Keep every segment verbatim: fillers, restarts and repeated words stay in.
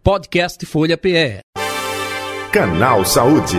Podcast Folha P E. Canal Saúde.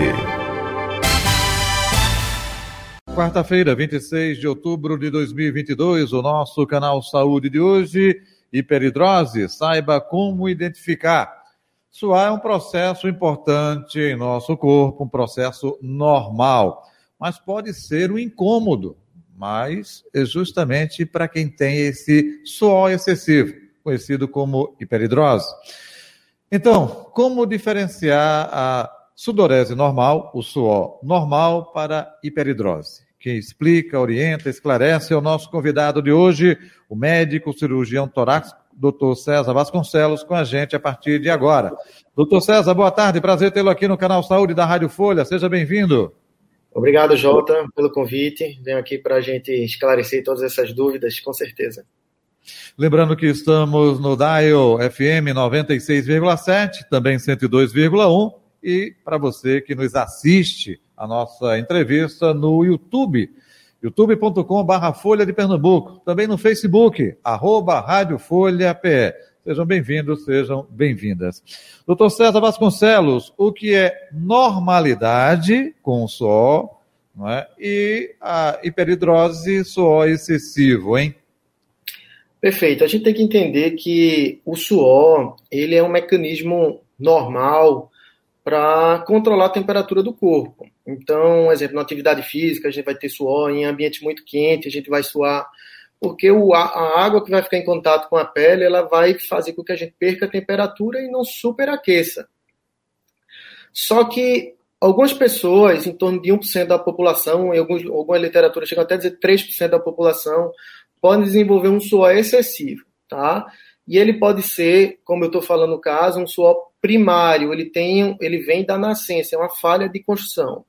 Quarta-feira, vinte e seis de outubro de dois mil e vinte e dois, o nosso Canal Saúde de hoje, hiperidrose, saiba como identificar. Suar é um processo importante em nosso corpo, um processo normal, mas pode ser um incômodo, mas é justamente para quem tem esse suor excessivo, conhecido como hiperidrose. Então, como diferenciar a sudorese normal, o suor normal, para hiperidrose? Quem explica, orienta, esclarece é o nosso convidado de hoje, o médico cirurgião torácico, doutor César Vasconcelos, com a gente a partir de agora. doutor César, boa tarde, prazer tê-lo aqui no Canal Saúde da Rádio Folha, seja bem-vindo. Obrigado, Jota, pelo convite, venho aqui para a gente esclarecer todas essas dúvidas, com certeza. Lembrando que estamos no Dial F M noventa e seis vírgula sete, também cento e dois vírgula um, e para você que nos assiste a nossa entrevista no YouTube, youtube ponto com barra Folha de Pernambuco, também no Facebook, arroba Rádio Folha P E. Sejam bem-vindos, sejam bem-vindas. doutor César Vasconcelos, o que é normalidade com o suor, não é? E a hiperidrose, suor excessivo, hein? Perfeito. A gente tem que entender que o suor, ele é um mecanismo normal para controlar a temperatura do corpo. Então, exemplo, na atividade física, a gente vai ter suor, em ambiente muito quente, a gente vai suar, porque o, a água que vai ficar em contato com a pele, ela vai fazer com que a gente perca a temperatura e não superaqueça. Só que algumas pessoas, em torno de um por cento da população, em alguns, alguma literatura chega até a dizer três por cento da população, podem desenvolver um suor excessivo, tá? E ele pode ser, como eu estou falando no caso, um suor primário, ele, tem, ele vem da nascença, é uma falha de construção.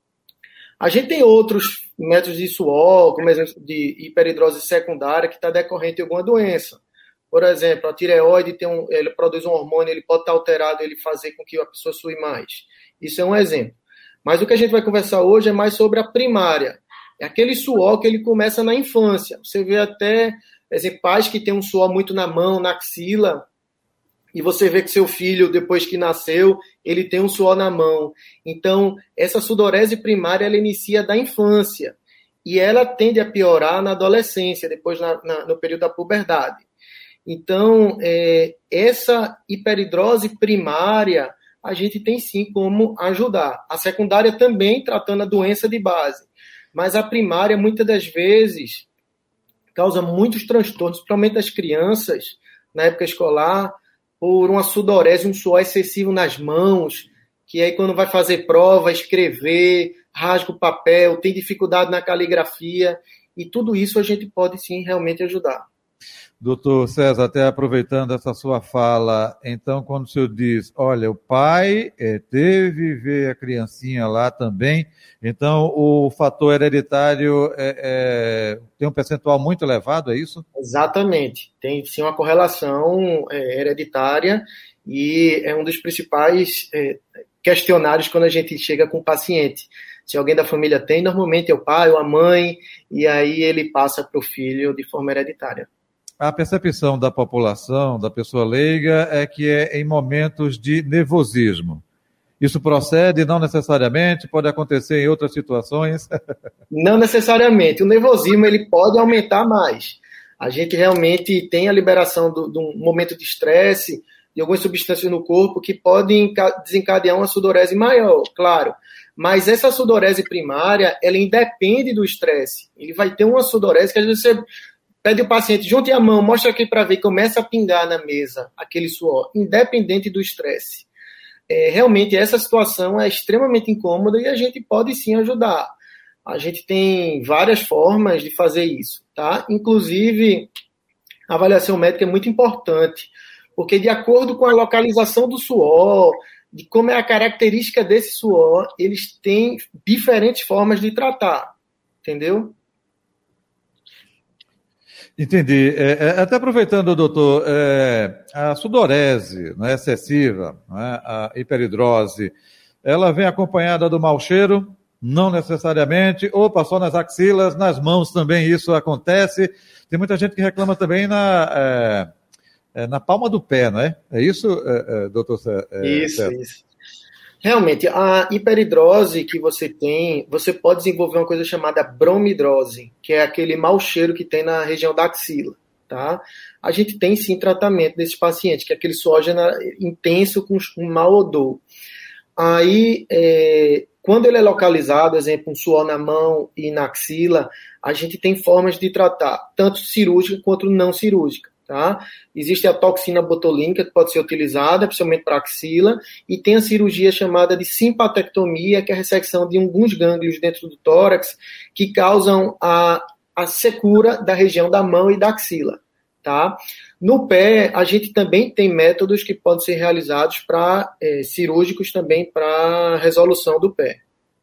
A gente tem outros métodos de suor, como exemplo de hiperidrose secundária, que está decorrente de alguma doença. Por exemplo, a tireoide tem um, ele produz um hormônio, ele pode estar alterado, ele fazer com que a pessoa sue mais. Isso é um exemplo. Mas o que a gente vai conversar hoje é mais sobre a primária. É aquele suor que ele começa na infância. Você vê até exemplo, pais que têm um suor muito na mão, na axila, e você vê que seu filho, depois que nasceu, ele tem um suor na mão. Então, essa sudorese primária, ela inicia da infância. E ela tende a piorar na adolescência, depois na, na, no período da puberdade. Então, é, essa hiperidrose primária, a gente tem sim como ajudar. A secundária também, tratando a doença de base. Mas a primária, muitas das vezes, causa muitos transtornos, principalmente das crianças, na época escolar, por uma sudorese, um suor excessivo nas mãos, que aí quando vai fazer prova, escrever, rasga o papel, tem dificuldade na caligrafia, e tudo isso a gente pode sim realmente ajudar. Doutor César, até aproveitando essa sua fala, então quando o senhor diz, olha, o pai é, teve, ver a criancinha lá também, então o fator hereditário é, é, tem um percentual muito elevado, é isso? Exatamente, tem sim uma correlação é, hereditária e é um dos principais é, questionários quando a gente chega com o paciente. Se alguém da família tem, normalmente é o pai ou a mãe, e aí ele passa para o filho de forma hereditária. A percepção da população, da pessoa leiga, é que é em momentos de nervosismo. Isso procede? Não necessariamente? Pode acontecer em outras situações? Não necessariamente. O nervosismo ele pode aumentar mais. A gente realmente tem a liberação de um momento de estresse, de algumas substâncias no corpo que podem desencadear uma sudorese maior, claro. Mas essa sudorese primária, ela independe do estresse. Ele vai ter uma sudorese que às vezes você pede o paciente, junte a mão, mostra aqui para ver, começa a pingar na mesa aquele suor, independente do estresse. É, realmente, essa situação é extremamente incômoda e a gente pode sim ajudar. A gente tem várias formas de fazer isso, tá? Inclusive, a avaliação médica é muito importante, porque de acordo com a localização do suor, de como é a característica desse suor, eles têm diferentes formas de tratar, entendeu? Entendi. É, é, até aproveitando, doutor, é, a sudorese, né, excessiva, né, a hiperidrose, ela vem acompanhada do mau cheiro? Não necessariamente, ou passou nas axilas, nas mãos também isso acontece. Tem muita gente que reclama também na, é, é, na palma do pé, não é? É isso, é, é, doutor César? É, isso, César? isso. Realmente, a hiperidrose que você tem, você pode desenvolver uma coisa chamada bromidrose, que é aquele mau cheiro que tem na região da axila, tá? A gente tem sim tratamento desses pacientes, que é aquele suor intenso com um mau odor. Aí, é, quando ele é localizado, exemplo, um suor na mão e na axila, a gente tem formas de tratar, tanto cirúrgica quanto não cirúrgica. Tá? Existe a toxina botulínica que pode ser utilizada, principalmente para axila, e tem a cirurgia chamada de simpatectomia, que é a ressecção de alguns gânglios dentro do tórax que causam a, a secura da região da mão e da axila. Tá? No pé, a gente também tem métodos que podem ser realizados para é, cirúrgicos também para resolução do pé.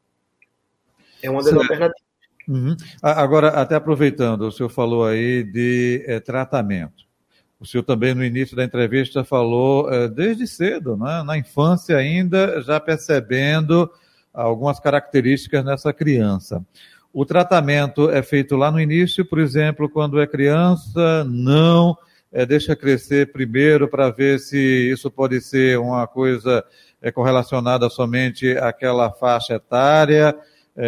É uma das certo. alternativas. Uhum. Agora, até aproveitando, o senhor falou aí de é, tratamento. O senhor também, no início da entrevista, falou é, desde cedo, né? Na infância ainda, já percebendo algumas características nessa criança. O tratamento é feito lá no início, por exemplo, quando é criança, não, é, deixa crescer primeiro para ver se isso pode ser uma coisa é, correlacionada somente àquela faixa etária.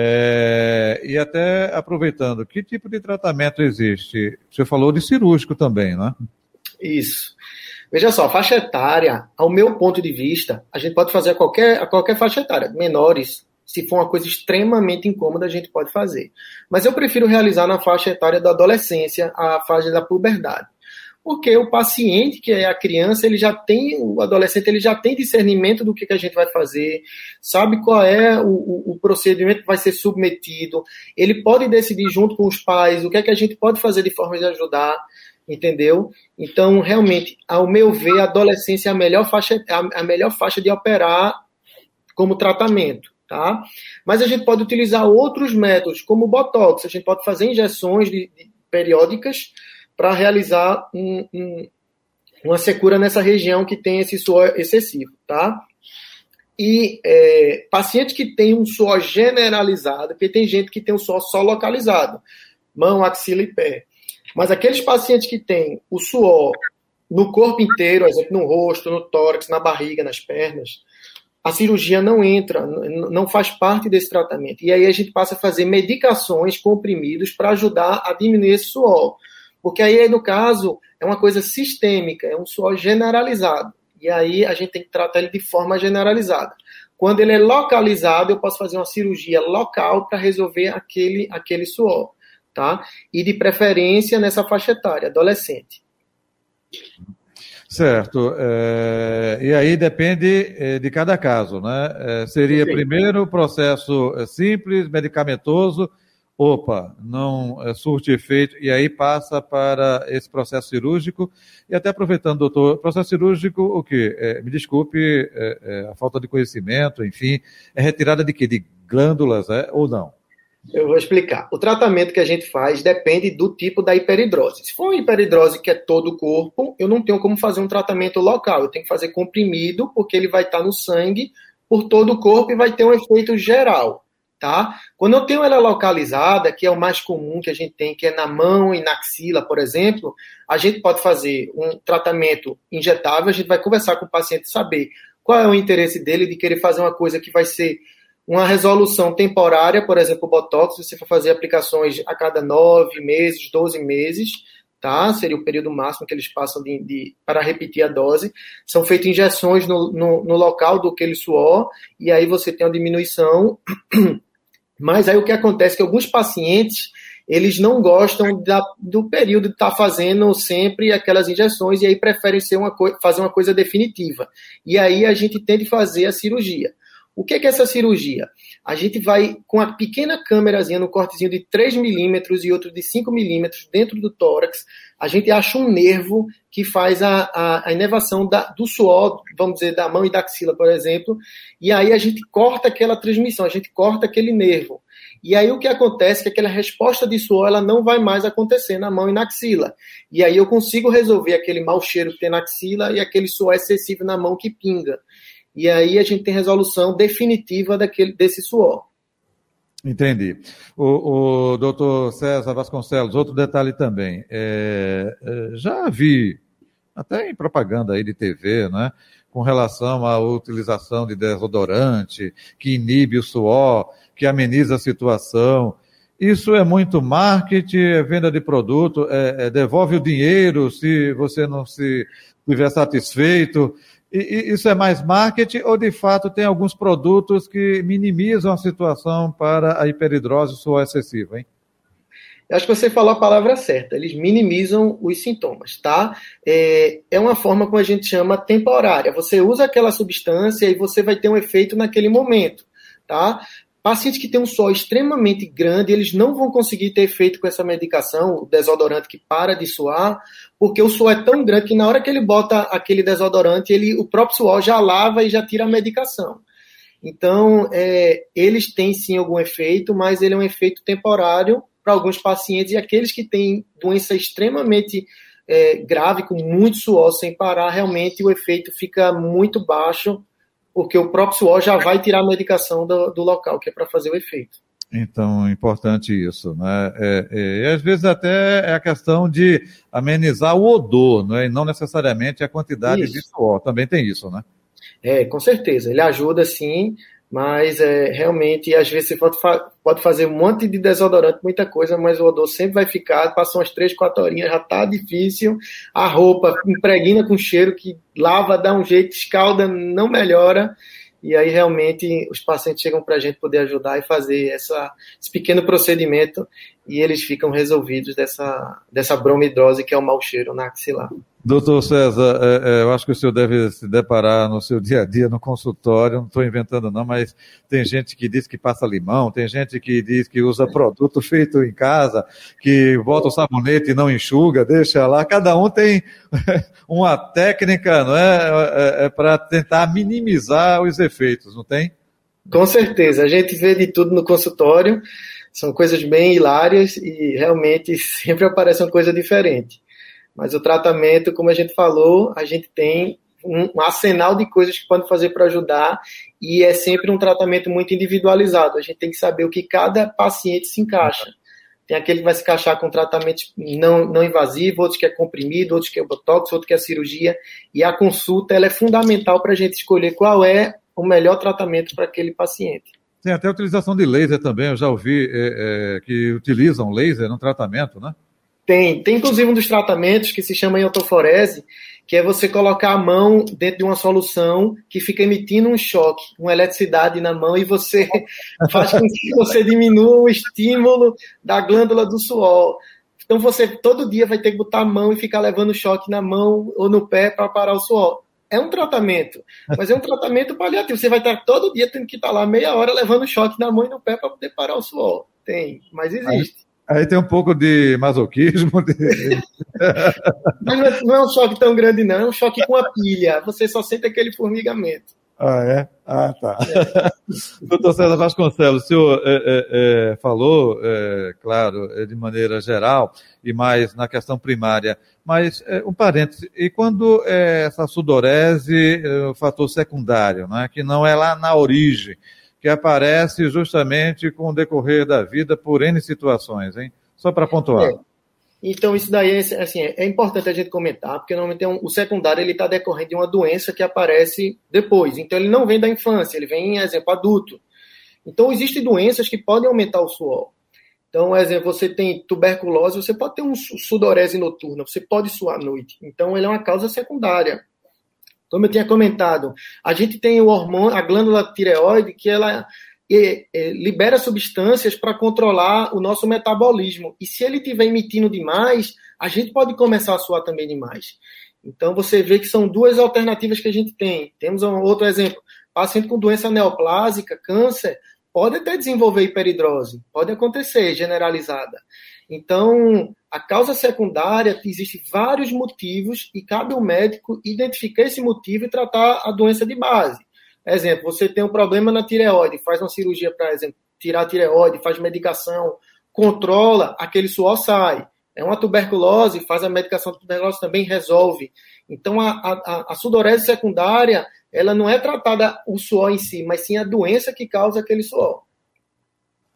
É, e até aproveitando, que tipo de tratamento existe? O senhor falou de cirúrgico também, não é? Isso. Veja só, faixa etária, ao meu ponto de vista, a gente pode fazer a qualquer, a qualquer faixa etária. Menores, se for uma coisa extremamente incômoda, a gente pode fazer. Mas eu prefiro realizar na faixa etária da adolescência, a fase da puberdade. Porque o paciente, que é a criança, ele já tem, o adolescente, ele já tem discernimento do que, que a gente vai fazer, sabe qual é o, o, o procedimento que vai ser submetido, ele pode decidir junto com os pais o que é que a gente pode fazer de forma de ajudar, entendeu? Então, realmente, ao meu ver, a adolescência é a melhor faixa, a melhor faixa de operar como tratamento, tá? Mas a gente pode utilizar outros métodos, como o Botox, a gente pode fazer injeções de, de, periódicas para realizar um, um, uma secura nessa região que tem esse suor excessivo, tá? E é, pacientes que têm um suor generalizado, porque tem gente que tem um suor só localizado, mão, axila e pé. Mas aqueles pacientes que têm o suor no corpo inteiro, por exemplo, no rosto, no tórax, na barriga, nas pernas, a cirurgia não entra, não faz parte desse tratamento. E aí a gente passa a fazer medicações, comprimidos, para ajudar a diminuir esse suor. Porque aí, no caso, é uma coisa sistêmica, é um suor generalizado. E aí a gente tem que tratar ele de forma generalizada. Quando ele é localizado, eu posso fazer uma cirurgia local para resolver aquele, aquele suor. Tá? E de preferência nessa faixa etária, adolescente. Certo. É, e aí depende é, de cada caso, né? É, seria Sim. primeiro o processo simples, medicamentoso, opa, não é, surte efeito, e aí passa para esse processo cirúrgico. E até aproveitando, doutor, processo cirúrgico, o quê? É, me desculpe, é, é, a falta de conhecimento, enfim, é retirada de quê? De glândulas, é, ou não? Eu vou explicar. O tratamento que a gente faz depende do tipo da hiperidrose. Se for uma hiperidrose que é todo o corpo, eu não tenho como fazer um tratamento local. Eu tenho que fazer comprimido, porque ele vai estar no sangue por todo o corpo e vai ter um efeito geral. Tá? Quando eu tenho ela localizada, que é o mais comum que a gente tem, que é na mão e na axila, por exemplo, a gente pode fazer um tratamento injetável, a gente vai conversar com o paciente, saber qual é o interesse dele de querer fazer uma coisa que vai ser uma resolução temporária, por exemplo, o Botox, você vai fazer aplicações a cada nove meses, doze meses, tá? Seria o período máximo que eles passam de, de, para repetir a dose. São feitas injeções no, no, no local do aquele suor, e aí você tem uma diminuição. Mas aí o que acontece é que alguns pacientes, eles não gostam da, do período de estar fazendo sempre aquelas injeções, e aí preferem ser uma co- fazer uma coisa definitiva. E aí a gente tem de fazer a cirurgia. O que é, que é essa cirurgia? A gente vai com a pequena câmerazinha no cortezinho de três milímetros e outro de cinco milímetros dentro do tórax, a gente acha um nervo que faz a, a, a inervação da, do suor, vamos dizer, da mão e da axila, por exemplo, e aí a gente corta aquela transmissão, a gente corta aquele nervo. E aí o que acontece é que aquela resposta de suor ela não vai mais acontecer na mão e na axila. E aí eu consigo resolver aquele mau cheiro que tem na axila e aquele suor excessivo na mão que pinga. E aí a gente tem resolução definitiva daquele, desse suor. Entendi. O, o doutor César Vasconcelos, outro detalhe também. É, é, já vi até em propaganda aí de T V, né? Com relação à utilização de desodorante, que inibe o suor, que ameniza a situação. Isso é muito marketing, é venda de produto, é, é, devolve o dinheiro se você não se estiver satisfeito. E, e isso é mais marketing ou, de fato, tem alguns produtos que minimizam a situação para a hiperidrose e suor excessivo, hein? Eu acho que você falou a palavra certa, eles minimizam os sintomas, tá? É, é uma forma como a gente chama temporária. Você usa aquela substância e você vai ter um efeito naquele momento, tá? Pacientes que têm um suor extremamente grande, eles não vão conseguir ter efeito com essa medicação, o desodorante que para de suar, porque o suor é tão grande que na hora que ele bota aquele desodorante, ele, o próprio suor já lava e já tira a medicação. Então, é, eles têm sim algum efeito, mas ele é um efeito temporário para alguns pacientes, e aqueles que têm doença extremamente é, grave, com muito suor sem parar, realmente o efeito fica muito baixo, porque o próprio suor já vai tirar a medicação do, do local, que é para fazer o efeito. Então, importante isso, né? É, é, e às vezes até é a questão de amenizar o odor, né? E não necessariamente a quantidade isso. de suor, também tem isso, né? É, com certeza, ele ajuda sim, mas é, realmente, às vezes você pode, fa- pode fazer um monte de desodorante, muita coisa, mas o odor sempre vai ficar, passam umas três, quatro horinhas, já tá difícil, a roupa impregna com cheiro que lava, dá um jeito, escalda, não melhora, e aí realmente os pacientes chegam para a gente poder ajudar e fazer essa, esse pequeno procedimento, e eles ficam resolvidos dessa, dessa bromidrose, que é o mau cheiro na axilar. Doutor César, é, é, eu acho que o senhor deve se deparar no seu dia a dia, no consultório, não estou inventando não, mas tem gente que diz que passa limão, tem gente que diz que usa produto feito em casa, que bota o sabonete e não enxuga, deixa lá, cada um tem uma técnica, não é, é, é para tentar minimizar os efeitos, não tem? Com certeza, a gente vê de tudo no consultório, são coisas bem hilárias e realmente sempre aparece uma coisa diferente. Mas o tratamento, como a gente falou, a gente tem um, um arsenal de coisas que podem fazer para ajudar, e é sempre um tratamento muito individualizado. A gente tem que saber o que cada paciente se encaixa. Tem aquele que vai se encaixar com tratamento não, não invasivo, outros que é comprimido, outros que é botox, outro que é cirurgia. E a consulta ela é fundamental para a gente escolher qual é o melhor tratamento para aquele paciente. Tem até a utilização de laser também, eu já ouvi é, é, que utilizam laser no tratamento, né? Tem, tem inclusive um dos tratamentos que se chama iotoforese, que é você colocar a mão dentro de uma solução que fica emitindo um choque, uma eletricidade na mão, e você faz com que você diminua o estímulo da glândula do suor. Então você todo dia vai ter que botar a mão e ficar levando choque na mão ou no pé para parar o suor. É um tratamento, mas é um tratamento paliativo. Você vai estar todo dia tendo que estar lá meia hora levando choque na mão e no pé para poder parar o suor. Tem, mas existe. Aí tem um pouco de masoquismo. De... Mas não é, não é um choque tão grande, não. É um choque com a pilha. Você só sente aquele formigamento. Ah, é? Ah, tá. É. Doutor César Vasconcelos, o senhor é, é, é, falou, é, claro, de maneira geral, e mais na questão primária, mas é, um parêntese, e quando é essa sudorese, é, o fator secundário, né, que não é lá na origem, que aparece justamente com o decorrer da vida por N situações, hein? Só para pontuar. É. Então, isso daí é, assim, é importante a gente comentar, porque normalmente é um, o secundário ele está decorrendo de uma doença que aparece depois. Então, ele não vem da infância, ele vem, exemplo, adulto. Então, existem doenças que podem aumentar o suor. Então, exemplo, você tem tuberculose, você pode ter um sudorese noturna, você pode suar à noite. Então, ele é uma causa secundária. Como eu tinha comentado, a gente tem o hormônio, a glândula tireoide, que ela é, é, libera substâncias para controlar o nosso metabolismo. E se ele estiver emitindo demais, a gente pode começar a suar também demais. Então, você vê que são duas alternativas que a gente tem. Temos um outro exemplo. Paciente com doença neoplásica, câncer, pode até desenvolver hiperidrose. Pode acontecer, generalizada. Então, a causa secundária, existem vários motivos e cabe ao médico identificar esse motivo e tratar a doença de base. Exemplo, você tem um problema na tireoide, faz uma cirurgia para, exemplo, tirar a tireoide, faz medicação, controla, aquele suor sai. É uma tuberculose, faz a medicação de tuberculose, também resolve. Então, a, a, a sudorese secundária, ela não é tratada o suor em si, mas sim a doença que causa aquele suor.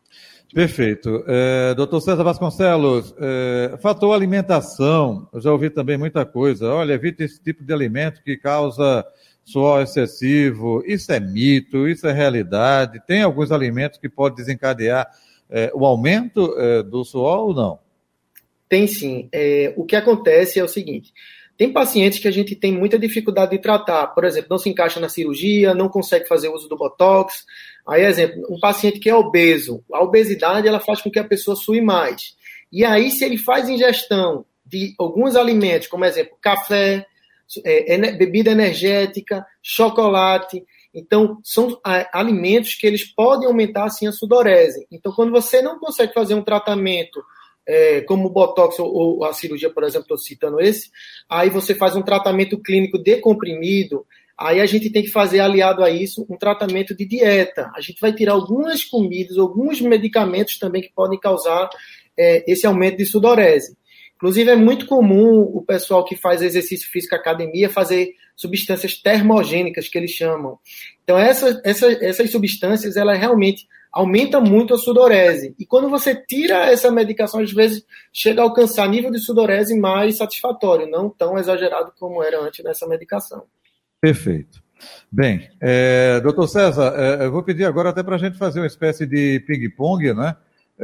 Perfeito. É, doutor César Vasconcelos, é, fator alimentação, eu já ouvi também muita coisa. Olha, evite esse tipo de alimento que causa suor excessivo. Isso é mito, isso é realidade. Tem alguns alimentos que podem desencadear é, o aumento é, do suor ou não? Tem sim. É, o que acontece é o seguinte, tem pacientes que a gente tem muita dificuldade de tratar, por exemplo, não se encaixa na cirurgia, não consegue fazer uso do Botox. Aí, exemplo, um paciente que é obeso, a obesidade ela faz com que a pessoa sue mais. E aí, se ele faz ingestão de alguns alimentos, como exemplo, café, é, bebida energética, chocolate, então são é, alimentos que eles podem aumentar assim a sudorese. Então, quando você não consegue fazer um tratamento É, como o Botox ou, ou a cirurgia, por exemplo, estou citando esse, aí você faz um tratamento clínico de comprimido, aí a gente tem que fazer, aliado a isso, um tratamento de dieta. A gente vai tirar algumas comidas, alguns medicamentos também que podem causar é, esse aumento de sudorese. Inclusive, é muito comum o pessoal que faz exercício físico academia fazer substâncias termogênicas, que eles chamam. Então, essa, essa, essas substâncias, elas realmente aumenta muito a sudorese. E quando você tira essa medicação, às vezes chega a alcançar nível de sudorese mais satisfatório, não tão exagerado como era antes dessa medicação. Perfeito. Bem, é, doutor César, é, eu vou pedir agora até para a gente fazer uma espécie de ping-pong, né?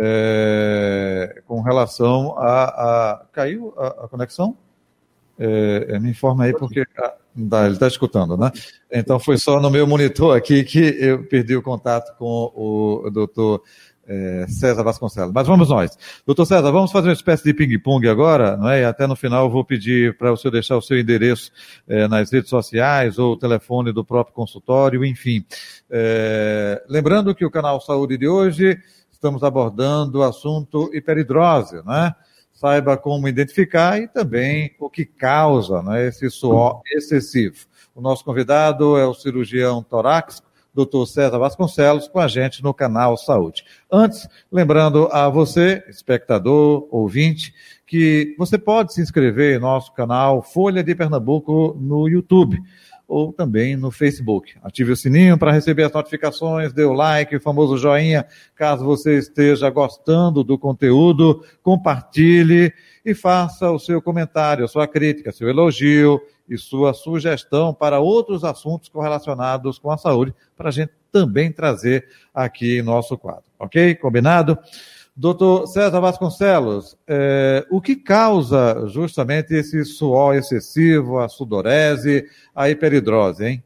É, com relação a... a caiu a, a conexão? É, me informa aí, porque ah, ele está escutando, né? Então foi só no meu monitor aqui que eu perdi o contato com o doutor é, César Vasconcelos. Mas vamos nós. Doutor César, vamos fazer uma espécie de ping-pong agora, não é? E até no final eu vou pedir para o senhor deixar o seu endereço é, nas redes sociais ou o telefone do próprio consultório, enfim. É, lembrando que o canal Saúde de hoje estamos abordando o assunto hiperidrose, né? Saiba como identificar e também o que causa, né, esse suor excessivo. O nosso convidado é o cirurgião torácico, doutor César Vasconcelos, com a gente no canal Saúde. Antes, lembrando a você, espectador, ouvinte, que você pode se inscrever em nosso canal Folha de Pernambuco no YouTube ou também no Facebook. Ative o sininho para receber as notificações, dê o like, o famoso joinha, caso você esteja gostando do conteúdo, compartilhe e faça o seu comentário, a sua crítica, seu elogio e sua sugestão para outros assuntos correlacionados com a saúde, para a gente também trazer aqui em nosso quadro. Ok? Combinado? Doutor César Vasconcelos, é, o que causa justamente esse suor excessivo, a sudorese, a hiperidrose, hein?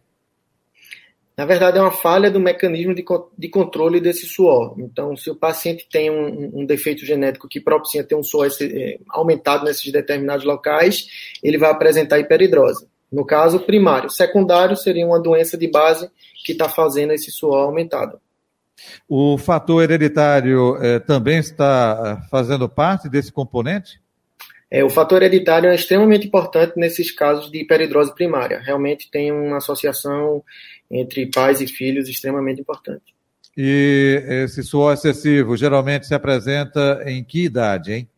Na verdade, é uma falha do mecanismo de, de controle desse suor. Então, se o paciente tem um, um defeito genético que propicia ter um suor esse, aumentado nesses determinados locais, ele vai apresentar hiperidrose. No caso, primário. Secundário seria uma doença de base que está fazendo esse suor aumentado. O fator hereditário eh, também está fazendo parte desse componente? É, o fator hereditário é extremamente importante nesses casos de hiperidrose primária. Realmente tem uma associação entre pais e filhos extremamente importante. E esse suor excessivo geralmente se apresenta em que idade, hein?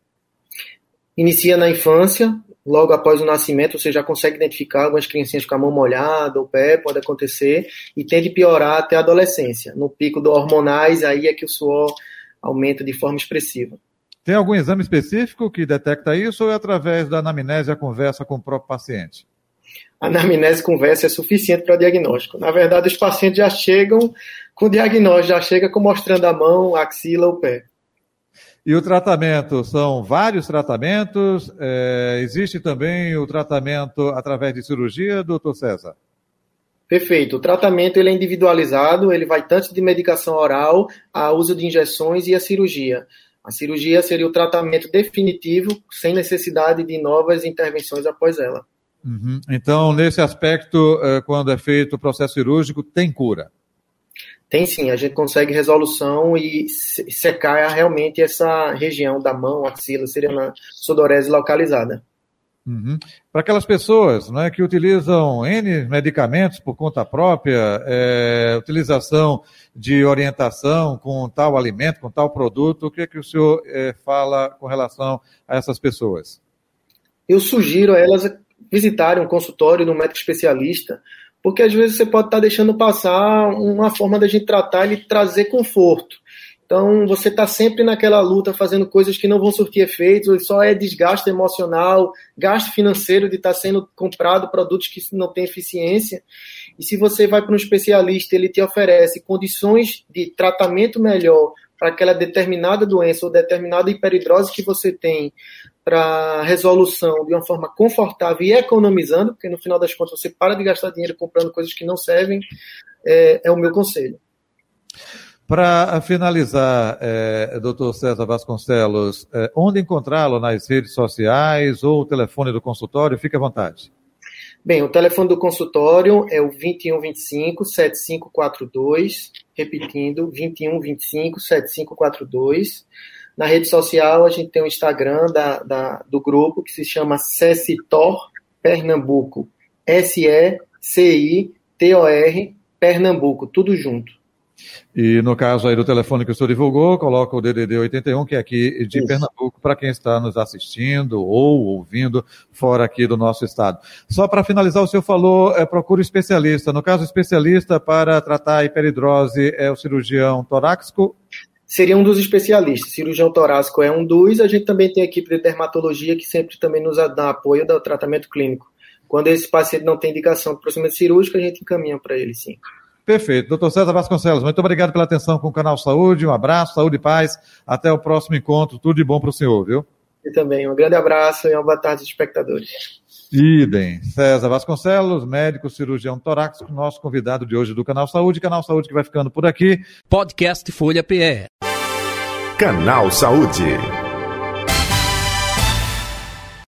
Inicia na infância, logo após o nascimento, você já consegue identificar algumas criancinhas com a mão molhada, o pé, pode acontecer, e tende a piorar até a adolescência. No pico do hormonais, aí é que o suor aumenta de forma expressiva. Tem algum exame específico que detecta isso ou é através da anamnese a conversa com o próprio paciente? A anamnese e conversa é suficiente para diagnóstico. Na verdade, os pacientes já chegam com diagnóstico, já chegam mostrando a mão, a axila, o pé. E o tratamento, são vários tratamentos, é, existe também o tratamento através de cirurgia, doutor César? Perfeito, o tratamento ele é individualizado, ele vai tanto de medicação oral, a uso de injeções e a cirurgia. A cirurgia seria o tratamento definitivo, sem necessidade de novas intervenções após ela. Uhum. Então, nesse aspecto, quando é feito o processo cirúrgico, tem cura? Tem sim, a gente consegue resolução e secar realmente essa região da mão, axila, seria na sudorese localizada. Uhum. Para aquelas pessoas, né, que utilizam N medicamentos por conta própria, é, utilização de orientação com tal alimento, com tal produto, o que é que o senhor é, fala com relação a essas pessoas? Eu sugiro a elas visitarem um consultório de um médico especialista, porque às vezes você pode estar deixando passar uma forma da gente tratar e trazer conforto. Então, Então, você está sempre naquela luta, fazendo coisas que não vão surtir efeitos, só é desgaste emocional, gasto financeiro de estar sendo comprado produtos que não têm eficiência. E se você vai para um especialista, ele te oferece condições de tratamento melhor para aquela determinada doença ou determinada hiperidrose que você tem, para resolução de uma forma confortável e economizando, porque no final das contas você para de gastar dinheiro comprando coisas que não servem, é, é o meu conselho. Para finalizar, é, doutor César Vasconcelos, é, onde encontrá-lo nas redes sociais ou o telefone do consultório? Fique à vontade. Bem, o telefone do consultório é o vinte e um, vinte e cinco, setenta e cinco quarenta e dois, repetindo, vinte e um, vinte e cinco, setenta e cinco quarenta e dois. Na rede social, a gente tem o Instagram da, da, do grupo, que se chama SECITOR Pernambuco, S E C I T O R Pernambuco, tudo junto. E no caso aí do telefone que o senhor divulgou, coloca o D D D oitenta e um, que é aqui de Isso. Pernambuco, para quem está nos assistindo ou ouvindo fora aqui do nosso estado. Só para finalizar, o senhor falou, é, procura especialista. No caso, especialista para tratar a hiperidrose é o cirurgião torácico? Seria um dos especialistas. Cirurgião torácico é um dos. A gente também tem a equipe de dermatologia que sempre também nos dá apoio do tratamento clínico. Quando esse paciente não tem indicação de procedimento cirúrgico, a gente encaminha para ele, sim. Perfeito. doutor César Vasconcelos, muito obrigado pela atenção com o Canal Saúde. Um abraço, saúde e paz. Até o próximo encontro. Tudo de bom para o senhor, viu? E também. Um grande abraço e uma boa tarde, espectadores. Idem. César Vasconcelos, médico cirurgião torácico, nosso convidado de hoje do Canal Saúde. Canal Saúde que vai ficando por aqui. Podcast Folha P E. Canal Saúde.